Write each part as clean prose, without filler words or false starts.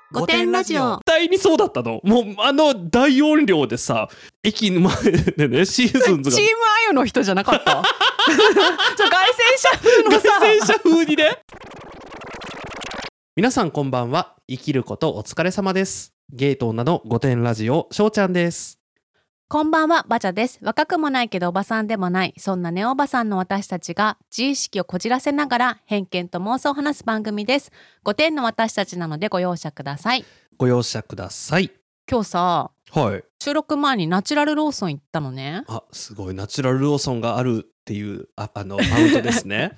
御殿ラジオ。 絶対にそうだったの。もう大音量でさ、駅の前でね、シーズンズがチームあゆの人じゃなかった凱旋者風のさ、 凱旋者風にね。皆さんこんばんは。生きることお疲れ様です。ゲイと女の御殿ラジオ、しょうちゃんです。 こんばんは、バチャです。若くもないけどおばさんでもない、そんなネオおばさんの私たちが自意識をこじらせながら偏見と妄想を話す番組です。御殿の私たちなのでご容赦ください。 ご容赦ください。 今日さ、 はい。 収録前にナチュラルローソン行ったのね。 あ、すごい。ナチュラルローソンがあるっていうマウントですね。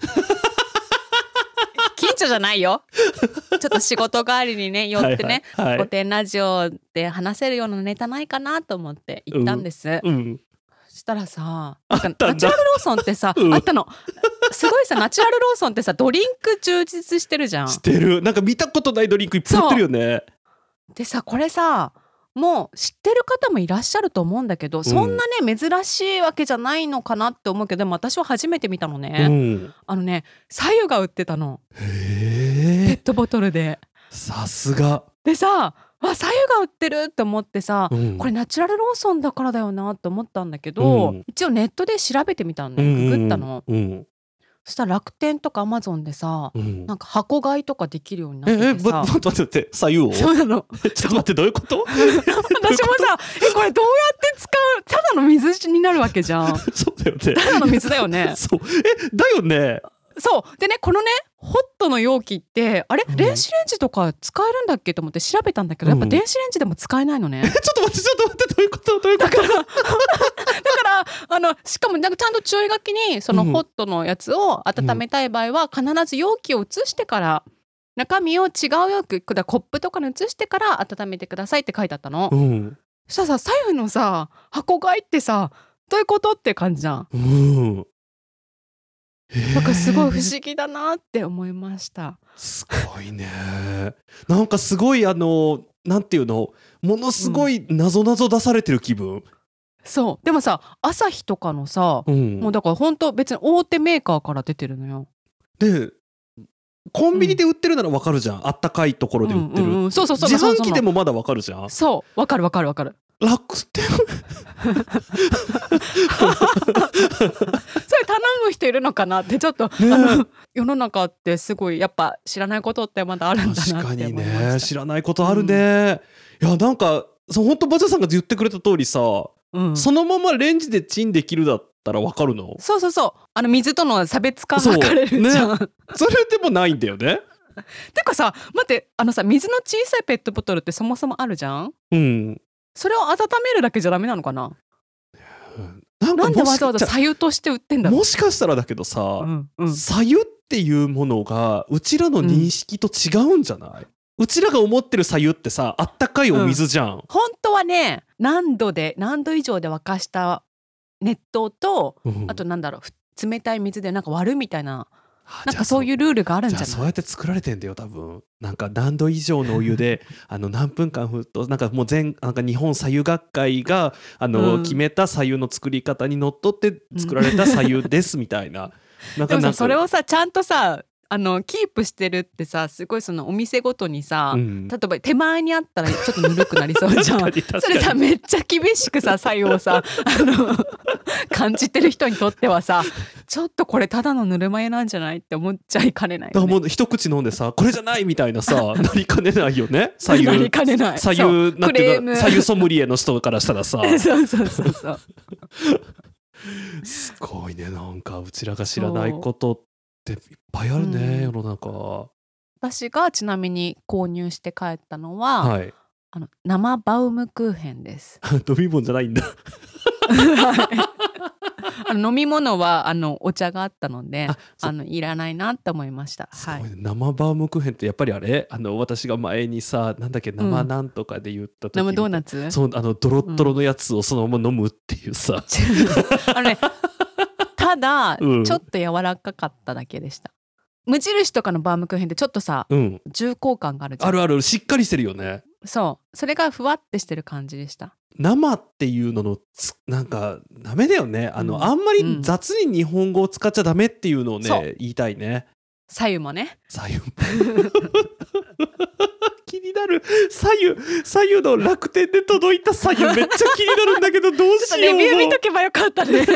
近所じゃないよ。ちょっと仕事帰りにね寄ってね、 はいはいはい、 御殿ラジオで話せるようなネタないかなと思って行ったんです。そしたらさ、なんかナチュラルローソンってさ、あったの。すごいさ、ナチュラルローソンってさ、ドリンク充実してるじゃん。 してる。なんか見たことないドリンクいっぱい売ってるよね。 でさ、これさ、もう知ってる方もいらっしゃると思うんだけど、そんなね珍しいわけじゃないのかなって思うけど、でも私は初めて見たのね。左右が売ってたの。ペットボトルで。 さすが。 でさ、左右が売ってるって思ってさ、これナチュラルローソンだからだよなって思ったんだけど、一応ネットで調べてみたのね。ググったの。そしたら楽天とかアマゾンでさ、なんか箱買いとかできるようになっててさ。 待って左右を。 そうなの。 ちょっと待って、どういうこと？ 私もさ、これどうやって使う？ただの水になるわけじゃん。 そうだよね。 ただの水だよね。 そう。だよね。 そうでね、このねホットの容器ってあれ、電子レンジとか使えるんだっけと思って調べたんだけど、やっぱ電子レンジでも使えないのね。 ちょっと待ってどういうことだからしかもなんかちゃんと注意書きにそのホットのやつを温めたい場合は必ず容器を移してから中身を違う容器、コップとかに移してから温めてくださいって書いてあったの。そしたらさ、左右のさ箱買いってさどういうことって感じじゃん。なんかすごい不思議だなって思いました。 すごいね。なんかすごいなんていうの、ものすごい謎出されてる気分。 そうでもさ、アサヒとかのさ、もうだから本当別に大手メーカーから出てるのよ。 でコンビニで売ってるならわかるじゃん、あったかいところで売ってる。 そう自販機でもまだわかるじゃん。 そうわかる。楽天それ頼む人いるのかなってちょっと、世の中ってすごいやっぱ知らないことってまだあるんだなって思いました。 確かにね、知らないことあるね。いやなんか本当バジャさんが言ってくれた通りさ、そのままレンジでチンできるだったらわかるの。 そう水との差別化図れるじゃん。 それでもないんだよね。 てかさ、待って、水の小さいペットボトルってそもそもあるじゃん。それを温めるだけじゃダメなのかな。なんでわざわざ左右として売ってんだろう。 もしかしたらだけどさ、左右っていうものがうちらの認識と違うんじゃない？うちらが思ってる左右ってさ、あったかいお水じゃん。 本当はね、何度以上で沸かした熱湯と、あと冷たい水でなんか割るみたいな、なんかそういうルールがあるんじゃない？ そうやって作られてんだよ多分。なんか何度以上のお湯で何分間沸騰、なんかもうなんか日本左右学会が決めた左右の作り方にのっとって作られた左右ですみたいな。 でもさ、それをさちゃんとさキープしてるってさ、すごいそのお店ごとにさ、例えば手前にあったらちょっとぬるくなりそうじゃん。それさめっちゃ厳しくさ左右をさ感じてる人にとってはさ、ちょっとこれただのぬるま湯なんじゃないって思っちゃいかねないよね。 だからもう一口飲んでさ、これじゃないみたいなさなりかねないよね。左右なりかねない。 左右なんていうか、左右ソムリエの人からしたらさそうすごいね。なんかうちらが知らないことっていっぱいあるね、世の中。 私がちなみに購入して帰ったのは、生バウムクーヘンです。 飲み物じゃないんだ。 飲み物はお茶があったのでいらないなって思いました。 生バウムクーヘンってやっぱりあれ、私が前にさ、なんだっけ、生なんとかで言った時、 生ドーナツ、 ドロッドロのやつをそのまま飲むっていうさ、 ただ、ちょっと柔らかかっただけでした。無印とかのバウムクーヘンってちょっとさ、重厚感があるじゃん。 あるしっかりしてるよね。 それがふわってしてる感じでした。 生っていうののなんかダメだよね。あんまり雑に日本語を使っちゃダメっていうのをね、言いたいね。 左右もね。 左右も気になる。左右の楽天で届いた左右めっちゃ気になるんだけど、どうしよう。 レビュー見とけばよかったね。 じ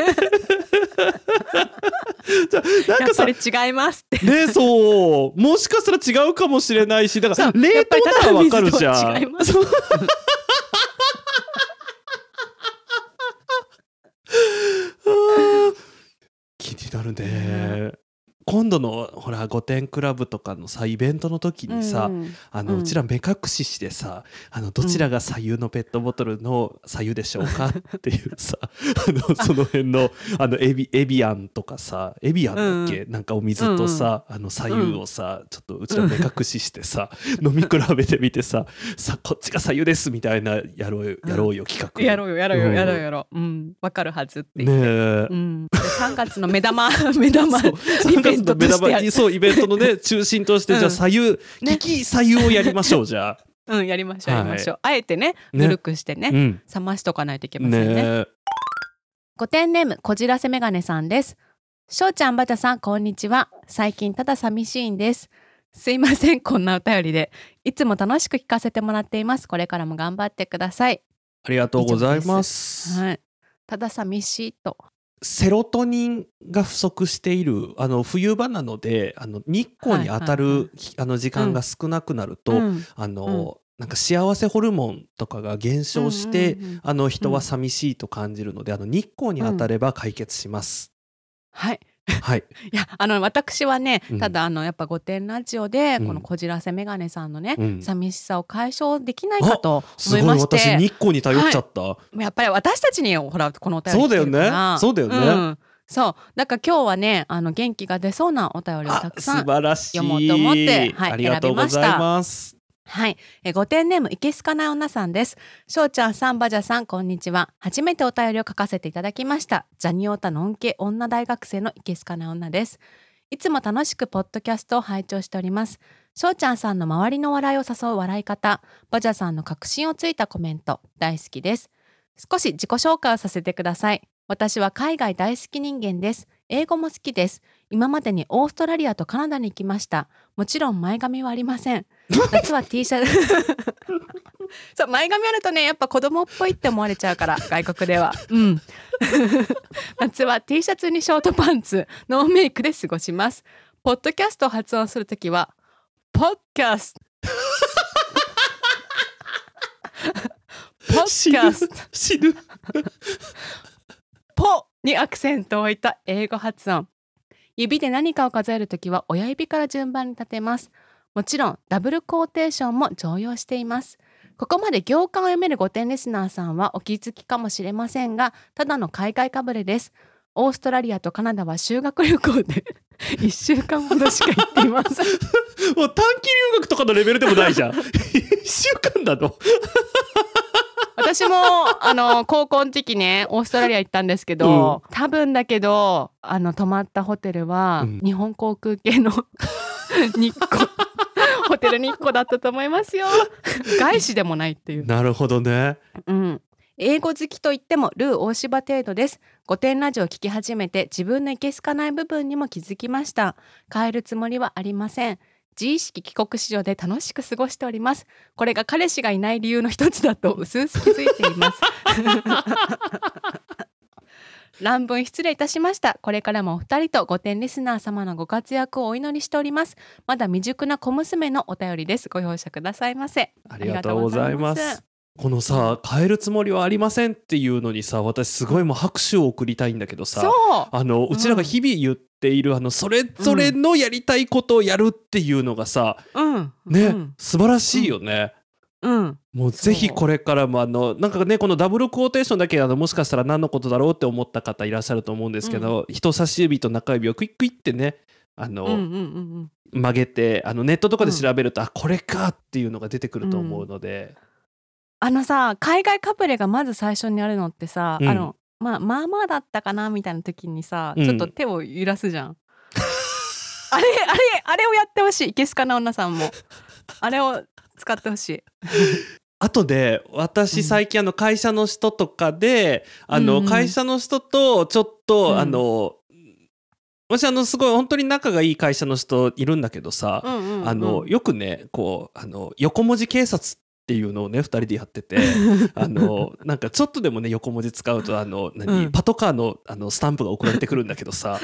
ゃなんかさ、 やっぱり違いますって。 ね、そうもしかしたら違うかもしれないし、だから冷凍ならわかるじゃん。 やっぱりただの水とは違いますそう気になるね。今度のほら御殿クラブとかのさイベントの時にさ、うちら目隠ししてさ、どちらが左右のペットボトルの左右でしょうかっていうさその辺のエビアンとかさ、エビアンだっけ、なんかお水とさ、左右をさちょっとうちら目隠ししてさ、飲み比べてみてさこっちが左右ですみたいなやろうよ企画。 やろうよ。わかるはずって言って。 ねえ。 3月の目玉イベントとしてやる。 そうイベントのね中心としてじゃあ左右利き左右をやりましょう。じゃあやりましょう。あえてねぬるくしてね冷ましとかないといけませんね。御殿ネームこじらせメガネさんです。しょうちゃんばちゃさんこんにちは。最近ただ寂しいんです。すいませんこんなお便りで。いつも楽しく聞かせてもらっています。これからも頑張ってください。 ありがとうございます。 はい、ただ寂しいと。 セロトニンが不足している冬場なので日光に当たる時間が少なくなると、なんか幸せホルモンとかが減少して、人は寂しいと感じるので日光に当たれば解決します。 はいはい、 いや私はねただやっぱ御殿ラジオでこのこじらせメガネさんのね、寂しさを解消できないかと思いまして。 すごい私日光に頼っちゃった、 やっぱり私たちにほらこのお便り来てるからそうだよね、 そうだから今日はね元気が出そうなお便りをたくさん素晴らしい読もうと思って、 ありがとうございます。 はい、御殿ネームいけすかない女さんです。しょうちゃんさんばじゃさんこんにちは。初めてお便りを書かせていただきました。ジャニオタのんけ女大学生のいけすかない女です。いつも楽しくポッドキャストを拝聴しております。しょうちゃんさんの周りの笑いを誘う笑い方、ばじゃさんの確信をついたコメント大好きです。少し自己紹介をさせてください。私は海外大好き人間です。英語も好きです。今までにオーストラリアとカナダに行きました。もちろん前髪はありません。夏は T シャツそう前髪あるとねやっぱ子供っぽいって思われちゃうから外国では夏は T シャツにショートパンツノーメイクで過ごします。ポッドキャストを発音するときはポッキャストポッキャスト死ぬポにアクセントを置いた英語発音。指で何かを数えるときは親指から順番に立てます。もちろんダブルコーテーションも常用しています。ここまで行間を読める御殿リスナーさんはお気づきかもしれませんが、ただの海外かぶれです。オーストラリアとカナダは修学旅行で1週間ほどしか行っていませんもう短期留学とかのレベルでもないじゃん1週間だの私も高校の時ねオーストラリア行ったんですけど、多分だけど泊まったホテルは、日本航空系の日光ホテル日光だったと思いますよ外資でもないっていう。 なるほどね。 英語好きといってもルー大柴程度です。御殿ラジオを聞き始めて自分のいけすかない部分にも気づきました。変えるつもりはありません。自意識帰国子女で楽しく過ごしております。これが彼氏がいない理由の一つだとうすうす気づいています乱文失礼いたしました。これからもお二人と御殿リスナー様のご活躍をお祈りしております。まだ未熟な小娘のお便りです。ご容赦くださいませ。 ありがとうございます。このさ変えるつもりはありませんっていうのにさ私すごいもう拍手を送りたいんだけどさ、うちらが日々言っているそれぞれのやりたいことをやるっていうのがさ、素晴らしいよね。もうぜひこれからもなんかねこのダブルクォーテーションだけもしかしたら何のことだろうって思った方いらっしゃると思うんですけど、人差し指と中指をクイックイってね曲げてネットとかで調べると、これかっていうのが出てくると思うので、 さ海外カプレがまず最初にあるのってさ、まあまあだったかなみたいな時にさ、ちょっと手を揺らすじゃんあれをやってほしい。いけすかな女さんもあれを使ってほしいあとで私最近会社の人とかで会社の人とちょっと私すごい本当に仲がいい会社の人いるんだけどさ、よくねこう横文字警察っていうのをね2人でやっててなんかちょっとでもね横文字使うとパトカーのスタンプが送られてくるんだけどさ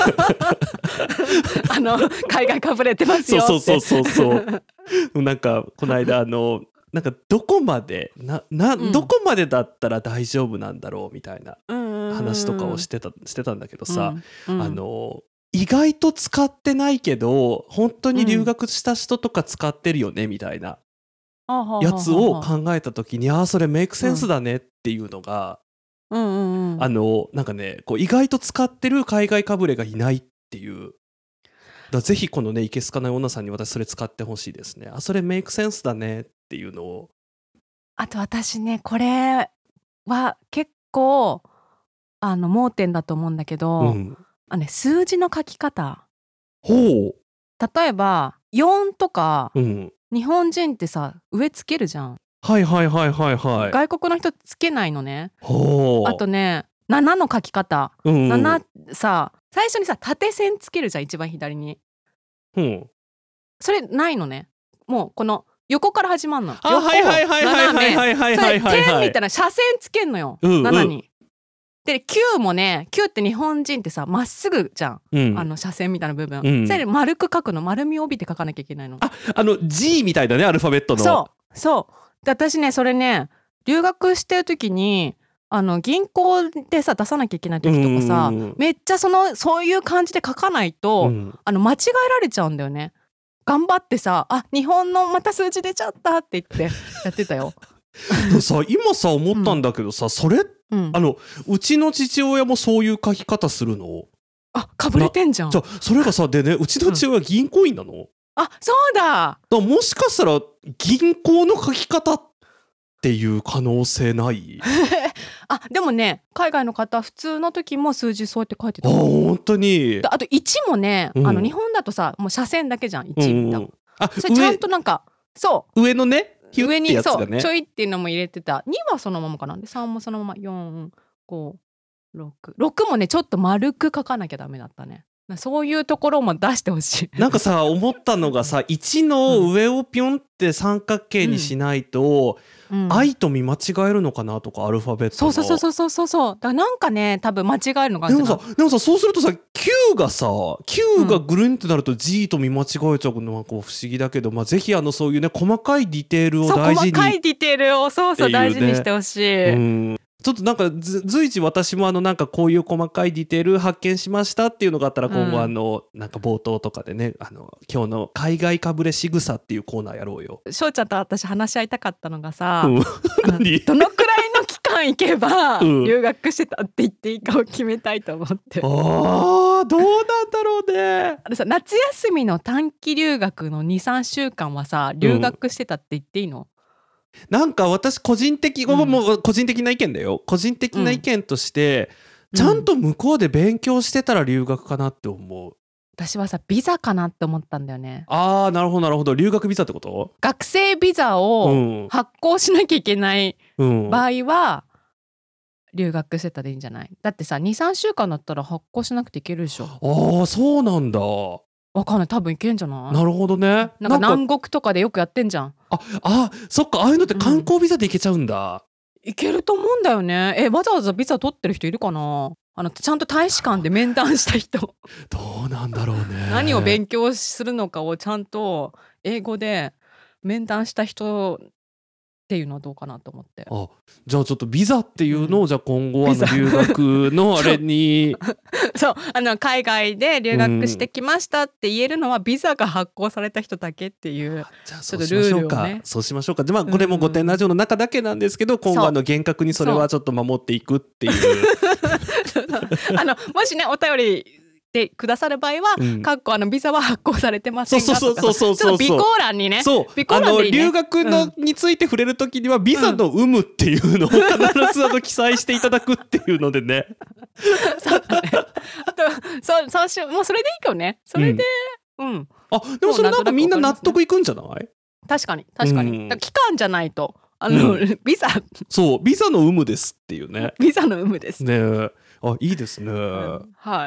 海外かぶれてますよって。 そうなんかこの間なんかどこまでどこまでだったら大丈夫なんだろうみたいな話とかをしてたんだけどさ、意外と使ってないけど本当に留学した人とか使ってるよねみたいなやつを考えた時にそれメイクセンスだねっていうのが、なんかねこう意外と使ってる海外かぶれがいないっていう。ぜひこのねいけすかない女さんに私それ使ってほしいですね。それメイクセンスだねっていうのを。 あと私ねこれは結構盲点だと思うんだけど、数字の書き方。例えば4とか、日本人ってさ上つけるじゃん。外国の人つけないのね。あとね7の書き方、7さ最初にさ縦線つけるじゃん一番左に。それないのね。もうこの横から始まるの。横斜めそれ点みたいな斜線つけんのよ、7に。で9もね9って日本人ってさまっすぐじゃん、斜線みたいな部分、それで丸く書くの、丸みを帯びて書かなきゃいけないの。 G みたいだねアルファベットの。 そうで私ねそれね留学してる時に銀行でさ出さなきゃいけない時とかさ、めっちゃそういう感じで書かないと、間違えられちゃうんだよね。頑張ってさ日本のまた数字出ちゃったって言ってやってたよ。 今さ思ったんだけどさ、それうちの父親もそういう書き方するの。 かぶれてんじゃん。 それがさでねうちの父親銀行員なの。 そうだ。 もしかしたら銀行の書き方っていう可能性ないでもね海外の方普通の時も数字そうやって書いてた。 本当に。 あと1もね、日本だとさもう斜線だけじゃん1、それちゃんとなんか上のね上にちょいっていうのも入れてた。2はそのままかな。で3もそのまま456もねちょっと丸く書かなきゃダメだったね。そういうところも出してほしい。 なんかさ思ったのがさ1の上をピョンって三角形にしないと、愛と見間違えるのかなとかアルファベットの。 そうだからなんかね多分間違えるのかな。でもさそうするとさ Q がぐるんってなると G と見間違えちゃうのは不思議だけど、ぜひそういうね細かいディテールを大事に、 細かいディテールを大事にしてほしい。 ちょっとなんか随時私もなんかこういう細かいディテール発見しましたっていうのがあったら今後なんか冒頭とかでね今日の海外かぶれ仕草っていうコーナーやろうよ。 翔ちゃんと私話し合いたかったのがさ、どのくらいの期間行けば留学してたって言っていいかを決めたいと思って。 どうなんだろうね。 夏休みの短期留学の 2,3 週間はさ留学してたって言っていいの？ なんか私個人的な意見だよ。個人的な意見として、ちゃんと向こうで勉強してたら留学かなって思う。 私はさビザかなって思ったんだよね。 なるほど留学ビザってこと？ 学生ビザを発行しなきゃいけない場合は、留学してたでいいんじゃない？だってさ 2,3 週間だったら発行しなくていけるでしょ。 そうなんだ。 わかんない、多分いけんじゃない？ なるほどね。 なんか南国とかでよくやってんじゃん。 そっか、ああいうのって観光ビザで行けちゃうんだ。 いけると思うんだよね。わざわざビザ取ってる人いるかな？ちゃんと大使館で面談した人どうなんだろうね。 何を勉強するのかをちゃんと英語で面談した人っていうのはどうかなと思って。 じゃあちょっとビザっていうのを、じゃあ今後留学のあれにそう海外で留学してきましたって言えるのはビザが発行された人だけっていう、 じゃあそうしましょうか。そうしましょうか。でこれも御殿ラジオの中だけなんですけど、今後厳格にそれはちょっと守っていくっていうもしねお便りでくださる場合は、ビザは発行されてませんがとか、ちょっと備考欄にね、 留学について触れるときにはビザの有無っていうのを必ず記載していただくっていうのでね。 そうだね。あともうそれでいいかもね。それででもそれなんかみんな納得いくんじゃない？ 確かに。期間じゃないとビザビザの有無ですっていうね。 ビザの有無ですね。いいですね。 はい。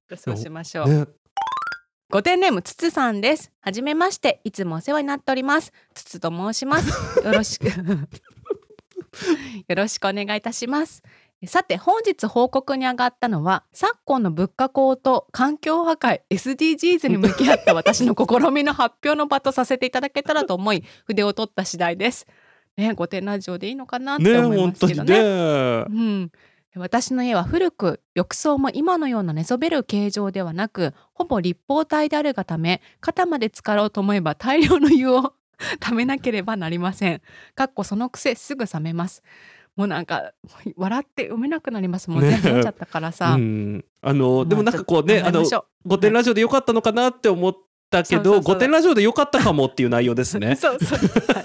そうしましょう。 ね、 ごてんネームつつさんです。はじめまして、いつもお世話になっております。つつと申します。よろしくよろしくお願いいたします。さて本日報告に上がったのは昨今の物価高と環境破壊 SDGs に向き合った私の試みの発表の場とさせていただけたらと思い筆を取った次第です。ね、御殿ラジオでいいのかなって思いますけどね。うん、私の家は古く浴槽も今のような寝そべる形状ではなくほぼ立方体であるがため肩まで浸かろうと思えば大量の湯をためなければなりません。かっこそのくせすぐ冷めます。もうなんか笑って読めなくなりますもん、全部読んじゃったからさ、 でもなんかこうね、御殿ラジオでよかったのかなって思ったけど、御殿ラジオでよかったかもっていう内容ですね。 そうそう、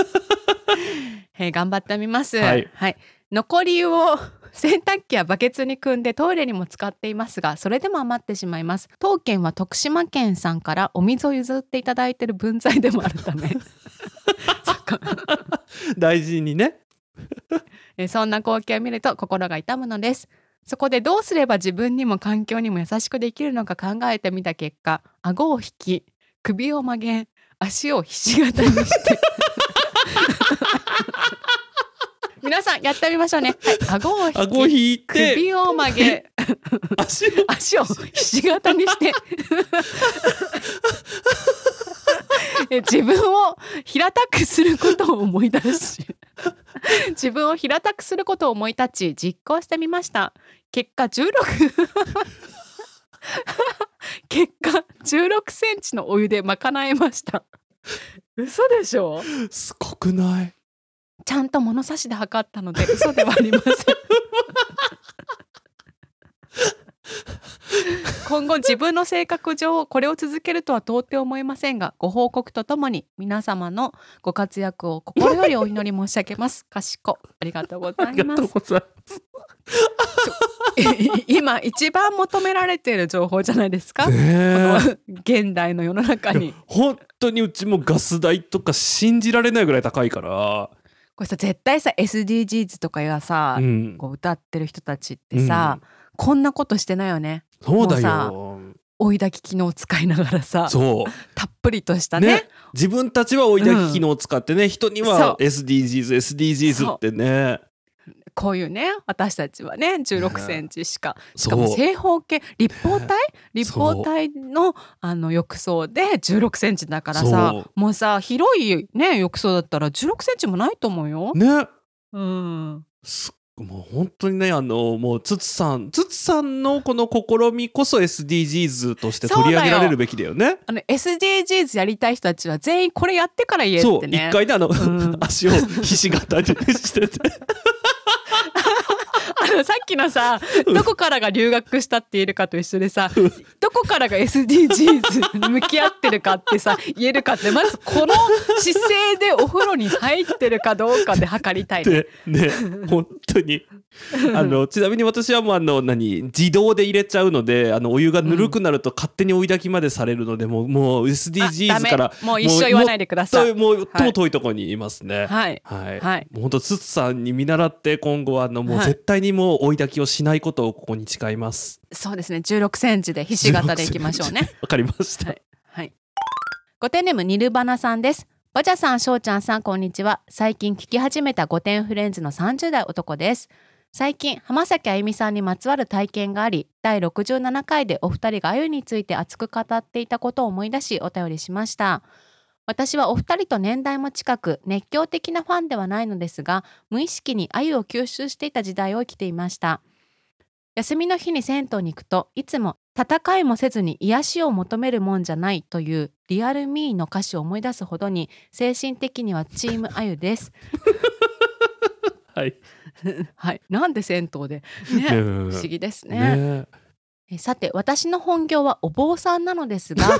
頑張ってみます。 はい、 残り湯を洗濯機やバケツに汲んでトイレにも使っていますが、それでも余ってしまいます。当県は徳島県さんからお水を譲っていただいている分際でもあるため大事にねそんな光景を見ると心が痛むのです。そこでどうすれば自分にも環境にも優しくできるのか考えてみた結果、顎を引き、首を曲げ、足をひし形にして皆さんやってみましょうね。顎を引き、首を曲げ足をひし形にして自分を平たくすることを思い出し自分を平たくすることを思い立ち実行してみました。結果16センチのお湯で賄えました。嘘でしょ。 すごくない？ ちゃんと物差しで測ったので嘘ではありません今後自分の性格上これを続けるとは到底思えませんが、ご報告とともに皆様のご活躍を心よりお祈り申し上げます。かしこありがとうございます。今一番求められている情報じゃないですか、この現代の世の中に。 本当にうちもガス代とか信じられないぐらい高いから。 これさ絶対さ SDGs とかがさ、こう歌ってる人たちってさ、こんなことしてないよね。 そうだよ。 追い焚き機能を使いながらさ、 そうたっぷりとしたね自分たちは追い焚き機能を使ってね、人には SDGs ってね、 こういうね私たちはね16センチしか、しかも正方形立方体の浴槽で16センチだからさ、もうさ広いね浴槽だったら16センチもないと思うよね。 もう本当にねもうつつさんのこの試みこそ SDGs として取り上げられるべきだよね。 SDGs やりたい人たちは全員これやってから言えってね。 そう一回で足をひし形にしててさっきのさどこからが留学したって言えるかと一緒でさどこからが SDGs に向き合ってるかってさ言えるかって、まずこの姿勢でお風呂に入ってるかどうかで測りたいね。 本当にちなみに私はもう自動で入れちゃうのでお湯がぬるくなると勝手に追い焚きまでされるので、もう SDGs からもう一生言わないでください。 もう遠いところにいますね。もう本当つつさんに見習って今後はもう絶対にもう追い焚きをしないことをここに誓います。 そうですね、16センチでひし形でいきましょうね。 わかりました。 ごてんネームニルバナさんです。バジャさん、しょうちゃんさん、こんにちは。最近聞き始めた御殿フレンズの30代男です。最近浜崎あゆみさんにまつわる体験があり、第67回でお二人があゆについて熱く語っていたことを思い出しお便りしました。私はお二人と年代も近く熱狂的なファンではないのですが、無意識にあゆを吸収していた時代を生きていました。休みの日に銭湯に行くといつも戦いもせずに癒しを求めるもんじゃないというリアルミーの歌詞を思い出すほどに精神的にはチームあゆです。なんで銭湯で、不思議ですね。さて私の本業はお坊さんなのですが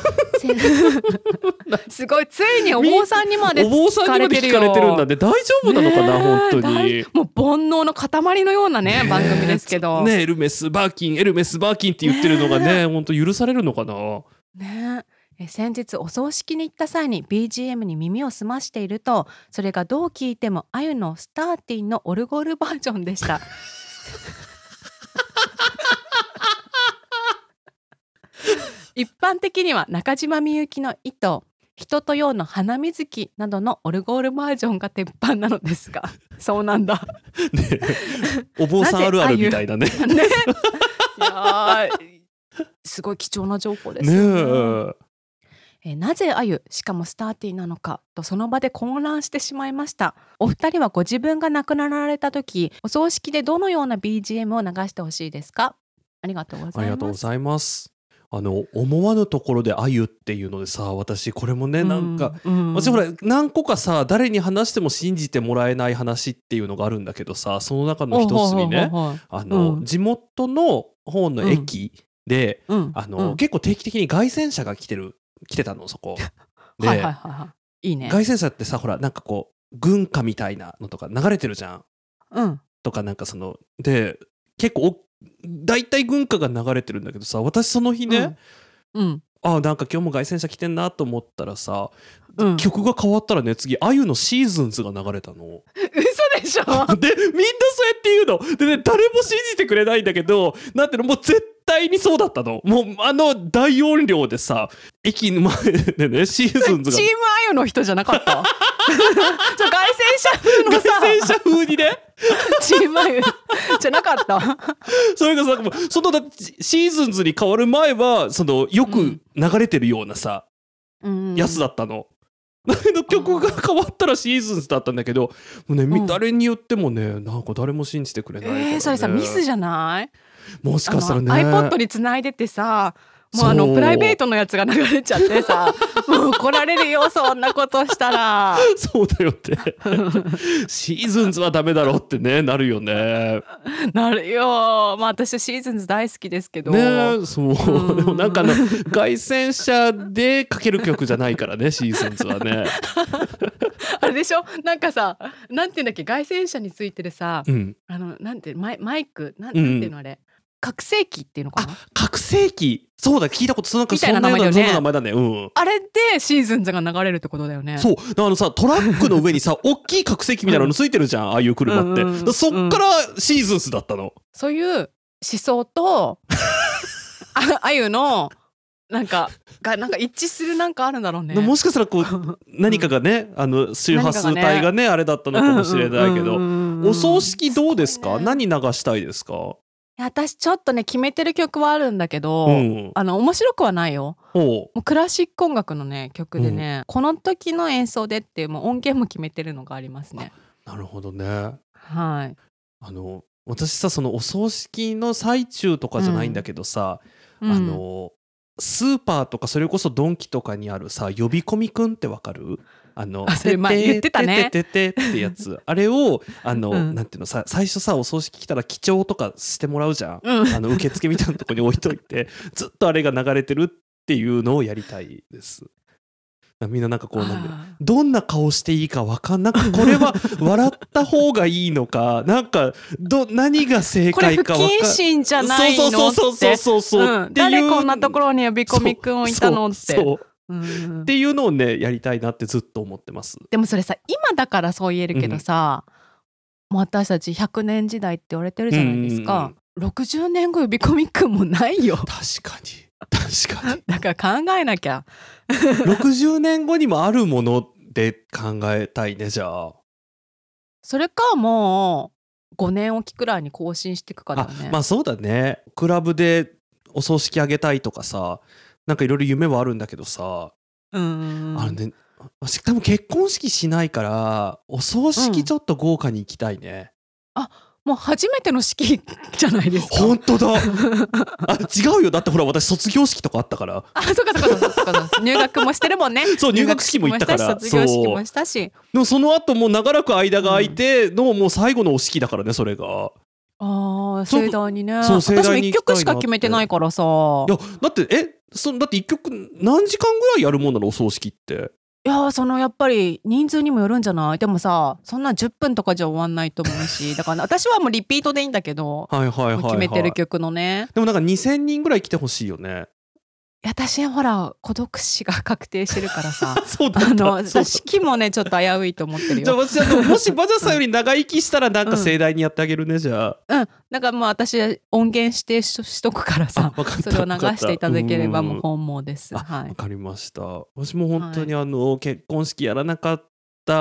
すごい、ついにお坊さんにまで聞かれてるよ。 んだって大丈夫なのかな、本当に。 もう煩悩の塊のようなね番組ですけどエルメスバーキンって言ってるのがね本当許されるのかな。 先日お葬式に行った際に BGM に耳を澄ましていると、それがどう聴いてもあゆのスターティンのオルゴールバージョンでした。 一般的には中島みゆきの糸、人とようの花水木などのオルゴールバージョンが鉄板なのですが、そうなんだ。 ねお坊さんあるあるみたいなね。 ね、いやすごい貴重な情報ですねよね。 え。 なぜあゆ、しかもスターティーなのかとその場で混乱してしまいました。お二人はご自分が亡くなられた時、お葬式でどのような BGM を流してほしいですか？ありがとうござあいます。 りがとうございます。思わぬところであゆっていうのでさ、私これもね、なんか、私ほら何個かさ、誰に話しても信じてもらえない話っていうのがあるんだけどさ、その中の一つにね、地元の方の駅で、結構定期的に凱旋車が来てたの、そこで。 はいはいはいはい。いいね。 凱旋車ってさ、ほらなんかこう軍歌みたいなのとか流れてるじゃん。とかなんかで結構大体軍歌が流れてるんだけどさ、私その日ね、なんか今日も凱旋車来てんなと思ったらさ、曲が変わったらね、次あゆのシーズンズが流れたの。 嘘でしょ。 でみんなそうやって言うのでね、誰も信じてくれないんだけど、なんていうの、もう絶対にそうだったの。もう大音量でさ、駅の前でね、シーズンズがチームあゆの人じゃなかった凱旋車風のさ、 凱旋車風にねチームあゆじゃなかったそれがさ、そのシーズンズに変わる前はよく流れてるようなさ、やつだったの。だけど曲が変わったらシーズンズだったんだけど、もうね、誰に言ってもね、なんか誰も信じてくれないからね。 それさミスじゃない？ もしかしたらね、 iPod に繋いでてさ、もうプライベートのやつが流れちゃってさもう怒られるよ、そんなことしたら。 そうだよってシーズンズはダメだろってね、なるよね。 なるよ。まあ私シーズンズ大好きですけどね。そう、でもなんか凱旋車でかける曲じゃないからね、シーズンズはねあれでしょ、なんかさ、なんていうんだっけ、凱旋車についてるさ、なんてマイクなんていうのあれ、拡声器っていうのかな。 拡声器、そうだ、聞いたこと、なんかそんな名前だよね。そんな名前だね。 あれでシーズンズが流れるってことだよね。 そう、さ、トラックの上にさ大きい拡声器みたいなのついてるじゃん、ああいう車って。そっからシーズンズだったの。 そういう思想とあゆのなんか一致するなんかあるんだろうね。 もしかしたらこう何かがね、周波数帯がね、あれだったのかもしれないけど、お葬式どうですか？何流したいですか？ 私ちょっとね決めてる曲はあるんだけど、面白くはないよ。もうクラシック音楽のね曲でね、この時の演奏でっていう、もう音源も決めてるのがありますね。 なるほどね。 はい。 私さ、そのお葬式の最中とかじゃないんだけどさ、スーパーとかそれこそドンキとかにあるさ、呼び込みくんってわかる？ それ前言ってたね。 ててってやつ、あれをなんていうのさ、最初さお葬式来たら記帳とかしてもらうじゃん。受付みたいなとこに置いといてずっとあれが流れてるっていうのをやりたいです。みんななんかこう、どんな顔していいか分かんなく、これは笑った方がいいのか、なんか何が正解か分かんない。これ不謹慎じゃないのって、 そう誰こんなところに呼び込みくんをいたのって。 っていうのをねやりたいなってずっと思ってます。 でもそれさ、今だからそう言えるけどさ、もう私たち100年時代って言われてるじゃないですか。60年後呼び込みくんもないよ。 確かにだから考えなきゃ 60年後にもあるもので考えたいね。じゃあそれかもう5年おきくらいに更新していくかだよね。 まあそうだね。クラブでお葬式あげたいとかさ、なんかいろいろ夢はあるんだけどさ、私多分結婚式しないからお葬式ちょっと豪華に行きたいね。 もう初めての式じゃないですか。 本当だ違うよ、だってほら私卒業式とかあったから。 そうか入学もしてるもんね。 そう、入学式も行ったから。 卒業式もしたし。 でもその後もう長らく間が空いての、もう最後のお式だからね、それが。 盛大にね。 そう、盛大に私も1曲しか決めてないからさ。 いやだってだって1曲何時間ぐらいやるもんなの、お葬式って。 いややっぱり人数にもよるんじゃない？でもさ、そんな10分とかじゃ終わんないと思うし、だから私はもうリピートでいいんだけど、決めてる曲のね。 でもなんか2000人ぐらい来てほしいよね。 私はほら孤独死が確定してるからさそうだった。そうだ私期もねちょっと危ういと思ってるじゃあよ。 私もしバジャさんより長生きしたらなんか盛大にやってあげるね、じゃあ。 だからもう私音源指定しとくからさ、 わかったそれを流していただければもうわ本望です。はかい。 りました。私も本当に結婚式やらなかった、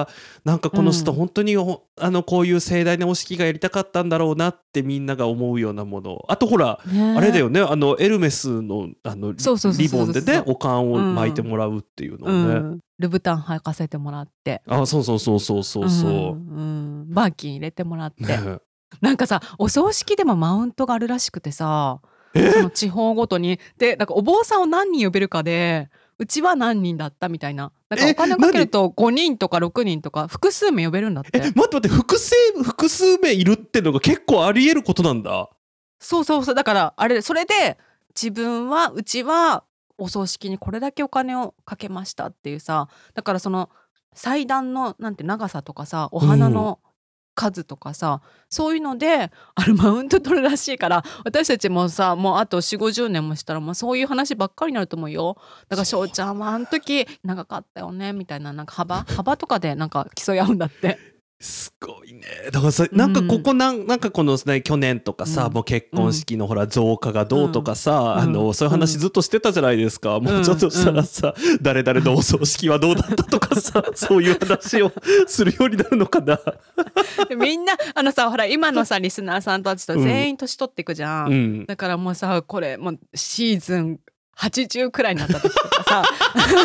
なんかこの人本当にこういう盛大なお式がやりたかったんだろうなってみんなが思うようなもの。あとほら、 ね、 あれだよね、エルメスのリボンでね、お棺を巻いてもらうっていうのをね。 ルブタン履かせてもらって。 そうそうそうそうそうそう。 バーキン入れてもらって。 ね、 なんかさ、お葬式でもマウントがあるらしくてさ、その地方ごとに。で、なんかお坊さんを何人呼べるかで、うちは何人だったみたいな。なんかお金かけると5人とか6人とか複数名呼べるんだって。 待って待って、複数名いるってのが結構あり得ることなんだ。 そうそうそう。だからあれ、それでうちはお葬式にこれだけお金をかけましたっていうさ、だからその祭壇のなんて長さとかさ、お花の数とかさ、そういうのでマウント取るらしいから、私たちもさ、もうあと4 50年もしたらもうそういう話ばっかりになると思うよ。だから翔ちゃんはあの時長かったよねみたいな、なんか幅とかでなんか競い合うんだって。 すごいね。だからさ、なんかここなんかこのね、去年とかさ、もう結婚式のほら増加がどうとかさ、そういう話ずっとしてたじゃないですか。もうちょっとしたらさ、誰々のお葬式はどうだったとかさ、そういう話をするようになるのかな。 みんなさ、ほら今のさリスナーさんたちと全員年取っていくじゃん。だからもうさ、これもうシーズン80くらいになった時とかさ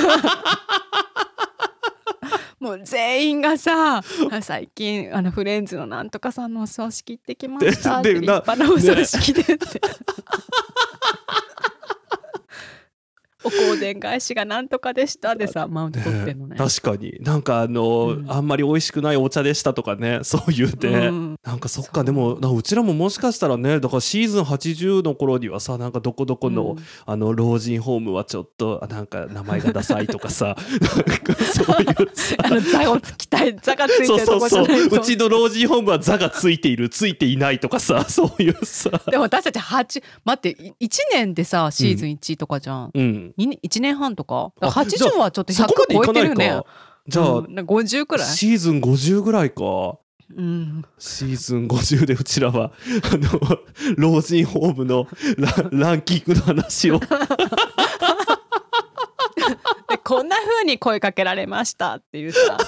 もう全員がさ、最近フレンズのなんとかさんのお葬式行ってきましたって立派なお葬式でってお香典返しがなんとかでしたでさ、マウント取ってんのね。 確かになんかあんまり美味しくないお茶でしたとかね、そういうね、なんかそっか。でもうちらももしかしたらね、だからシーズン80の頃にはさ、なんかどこどこの、老人ホームはちょっとなんか名前がダサいとかさなんかそういうさ座をつきたい、座がついてるとこじゃないと。 そうそうそう、うちの老人ホームは座がついている、ついていないとかさ、そういうさ。 でも私たち待って1年でさシーズン1とかじゃん。1年半とか。80はちょっと100超えてるよね。 じゃあ、 50くらいシーズン50ぐらいか。シーズン50でうちらは老人ホームのランキングの話をでこんな風に声かけられましたっていうさ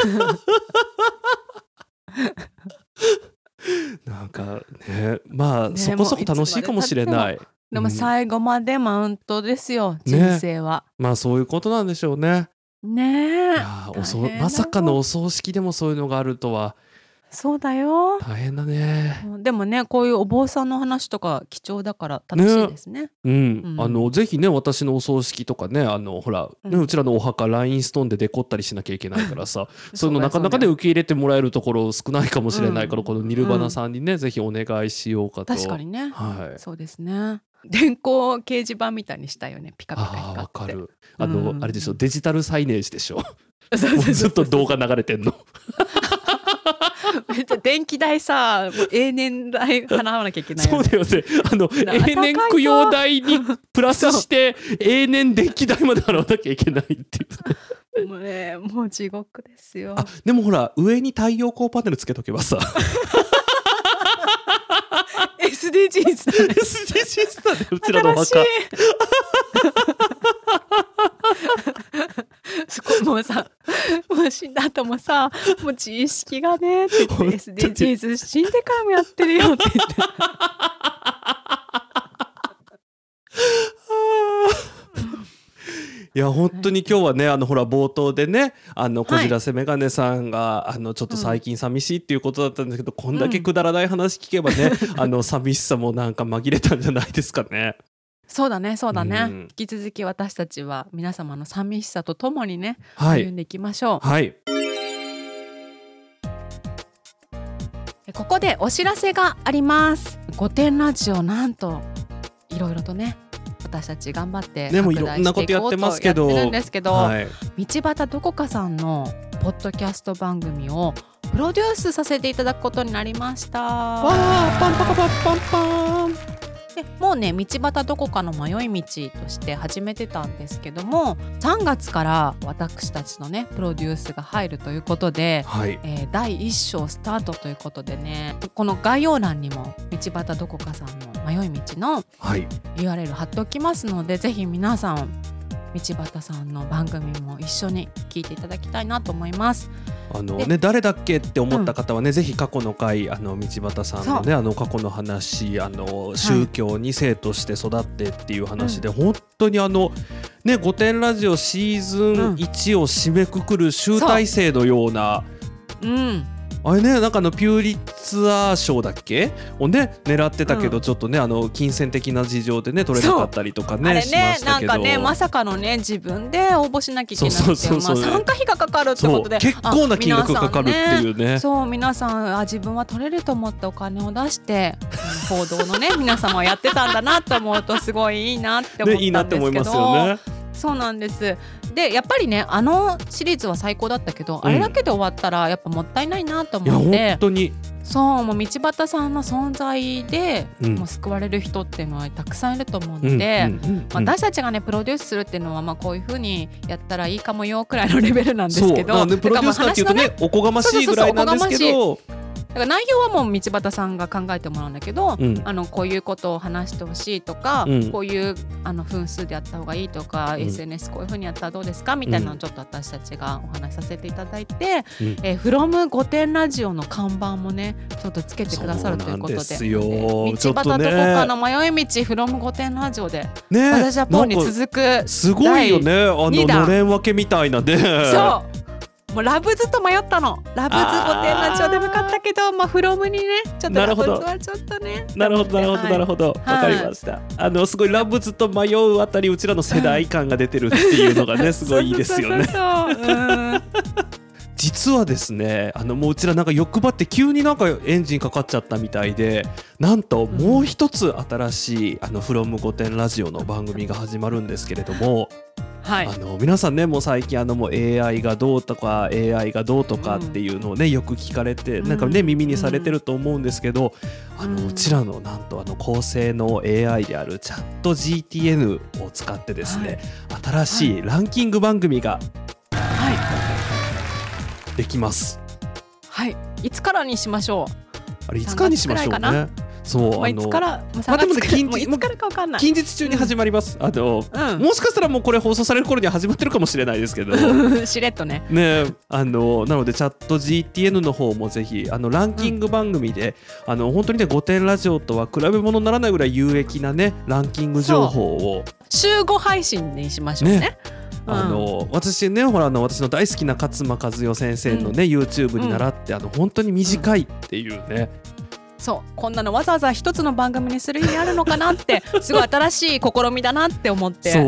なんかね、まあそこそこ楽しいかもしれない。 でも最後までマウントですよ、人生は。 まあそういうことなんでしょうね。 ねえ。 まさかのお葬式でもそういうのがあるとは。 そうだよ。 大変だね。 でもね、こういうお坊さんの話とか貴重だから楽しいですね。 ぜひね、私のお葬式とかね、ほら、うちらのお墓ラインストーンでデコったりしなきゃいけないからさそういうのなかなかね受け入れてもらえるところ少ないかもしれないから、このニルバナさんにね、ぜひお願いしようかと。 確かにね、そうですね。電光掲示板みたいにしたよね、ピカピカ光って。 わかる。あれでしょ、デジタルサイネージでしょずっと動画流れてんのめっちゃ電気代さ、もう永年代払わなきゃいけないよね。 そうだよね。永年供養代にプラスして永年電気代まで払わなきゃいけないっていうもうね、もう地獄ですよ。 でもほら、上に太陽光パネルつけとけばさ SDGs だね。 SDGs だね、うちらのお墓。 もうさ、もう死んだ後もさ、もう自意識がねって言って SDGs 死んでからもやってるよって言っていや本当に今日はね、ほら冒頭でね、こじらせメガネさんがちょっと最近寂しいっていうことだったんですけど、こんだけくだらない話聞けばね寂しさもなんか紛れたんじゃないですかね。 そうだね、そうだね、引き続き私たちは皆様の寂しさとともにね、歩んでいきましょう。はい。ここでお知らせがあります。御殿ラジオ、なんといろいろとね、私たち頑張って拡大していこうとやってるんですけど、道端どこかさんのポッドキャスト番組をプロデュースさせていただくことになりました。 わー、パンパカパンパンパン。 でもうね道端どこかの迷い道として始めてたんですけども、3月から私たちのねプロデュースが入るということで、 はい、 第1章スタートということでね、この概要欄にも道端どこかさんの迷い道の URL 貼っておきますので、ぜひ皆さん道端さんの番組も一緒に聞いていただきたいなと思います。 誰だっけって思った方はね、ぜひ過去の回道端さんのね過去の話宗教2世として育ってっていう話で、本当にね御殿ラジオシーズン1を締めくくる集大成のような、あれね、なんかピューリッツァー賞だっけをね狙ってたけど、ちょっとね金銭的な事情でね取れなかったりとかねしましたけど、 なんかねまさかのね自分で応募しなきゃいけなくて、参加費がかかるってことで、 結構な金額かかるっていうね。 そう皆さん自分は取れると思ってお金を出して報道のね皆様はやってたんだなと思うとすごいいいなって思ったんですけど、 いいなって思いますよね。 そうなんです。でやっぱりねシリーズは最高だったけど、あれだけで終わったらやっぱもったいないなと思って、 いや本当にそうもう道端さんの存在で、もう救われる人っていうのはたくさんいると思うので、私たちがねプロデュースするっていうのはこういう風にやったらいいかもよくらいのレベルなんですけど、 プロデュースなんていうとねおこがましいぐらいなんですけど、 だから内容はもう道端さんが考えてもらうんだけど、こういうことを話してほしいとか、こういう分数でやった方がいいとか、SNS こういう風にやったらどうですかみたいなのをちょっと私たちがお話しさせていただいて、from 御殿ラジオの看板もねちょっとつけてくださるということで、道端どこかの迷い道 from 御殿ラジオで、私はポンに続くすごいよね、のれん分けみたいなね。 そうもうラブズと迷ったの。ラブズ御殿ラジオで向かったけど、フロムにねちょっとラブズはちょっとね。 なるほどわかりました。すごいラブズと迷うあたりうちらの世代感が出てるっていうのがねすごいいいですよね。実はですねもううちらなんか欲張って急になんかエンジンかかっちゃったみたいで、なんともう一つ新しいfrom 御殿ラジオの番組が始まるんですけれども、皆さんねもう最近もう AI がどうとか AI がどうとかっていうのをねよく聞かれて、なんかね耳にされてると思うんですけど、うちらのなんと高性能 AI であるチャット GTN を使ってですね、新しいランキング番組ができます。 いつからにしましょう。 あれいつからにしましょうね。そういつからでもいつからか分かんない。近日中に始まります。もしかしたらもうこれ放送される頃には始まってるかもしれないですけどしれっとねなのでチャット GTN の方もぜひランキング番組で、本当にね御殿ラジオとは比べ物にならないぐらい有益なねランキング情報を週5配信にしましょうね。 私ねほら私の大好きな勝間和代先生のね、YouTube に習って、本当に短いっていうね、 そうこんなのわざわざ一つの番組にする意味あるのかなってすごい新しい試みだなって思ってそう、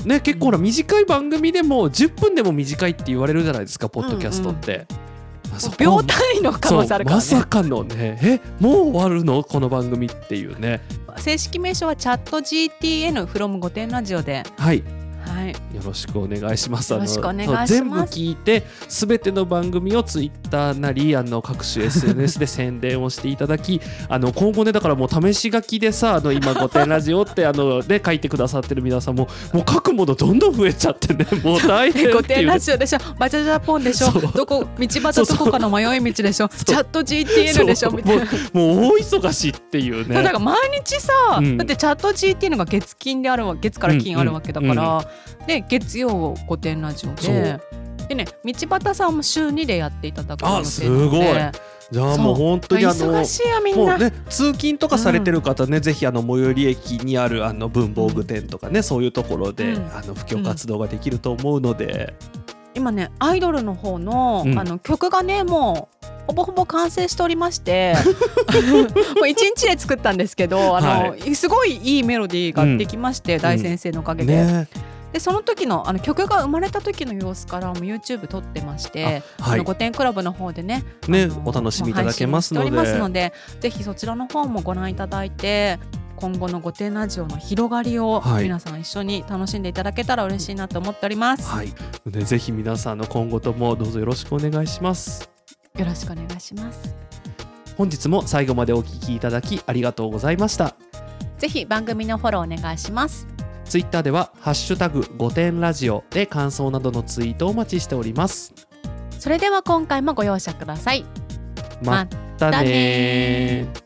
ね結構ほら短い番組でも10分でも短いって言われるじゃないですかポッドキャストって、 秒単位の可能性あるからね。 まさかのねもう終わるのこの番組っていうね。 正式名称はチャット GTN from 御殿ラジオでよろしくお願いします。 よろしくお願いします。 全部聞いてすべての番組をツイッターなり各種 SNS で宣伝をしていただき今後ねだからもう試し書きでさ今御殿ラジオってね書いてくださってる皆さんもう書くものどんどん増えちゃってねもう大変御殿ラジオでしょ、バチャジャポンでしょ、道端どこかの迷い道でしょ、チャット GTN でしょみたいな、 もう大忙しいっていうね。 だから毎日さ、だってチャット GTN が月から金あるわけだから、で月曜御殿ラジオでね道端さんも週2でやっていただく予定なので、 すごい。じゃあもう本当に忙しいよみんな。 もうね通勤とかされてる方ね、ぜひ最寄り駅にある文房具店とかねそういうところで、布教活動ができると思うので、 今ねアイドルの方の、曲がねもうほぼほぼ完成しておりましてもう1日で作ったんですけどすごいいいメロディーができまして、大先生のおかげで。でその時の曲が生まれた時の様子からも YouTube 撮ってまして、御殿クラブの方でねお楽しみいただけますので、 配信しておりますのでぜひそちらの方もご覧いただいて今後の御殿ラジオの広がりを皆さん一緒に楽しんでいただけたら嬉しいなと思っております。 ぜひ皆さんの今後ともどうぞよろしくお願いします。 よろしくお願いします。 本日も最後までお聞きいただきありがとうございました。 ぜひ番組のフォローお願いします。 ツイッターではハッシュタグ5点ラジオで感想などのツイートをお待ちしております。 それでは今回もご容赦ください。 またね。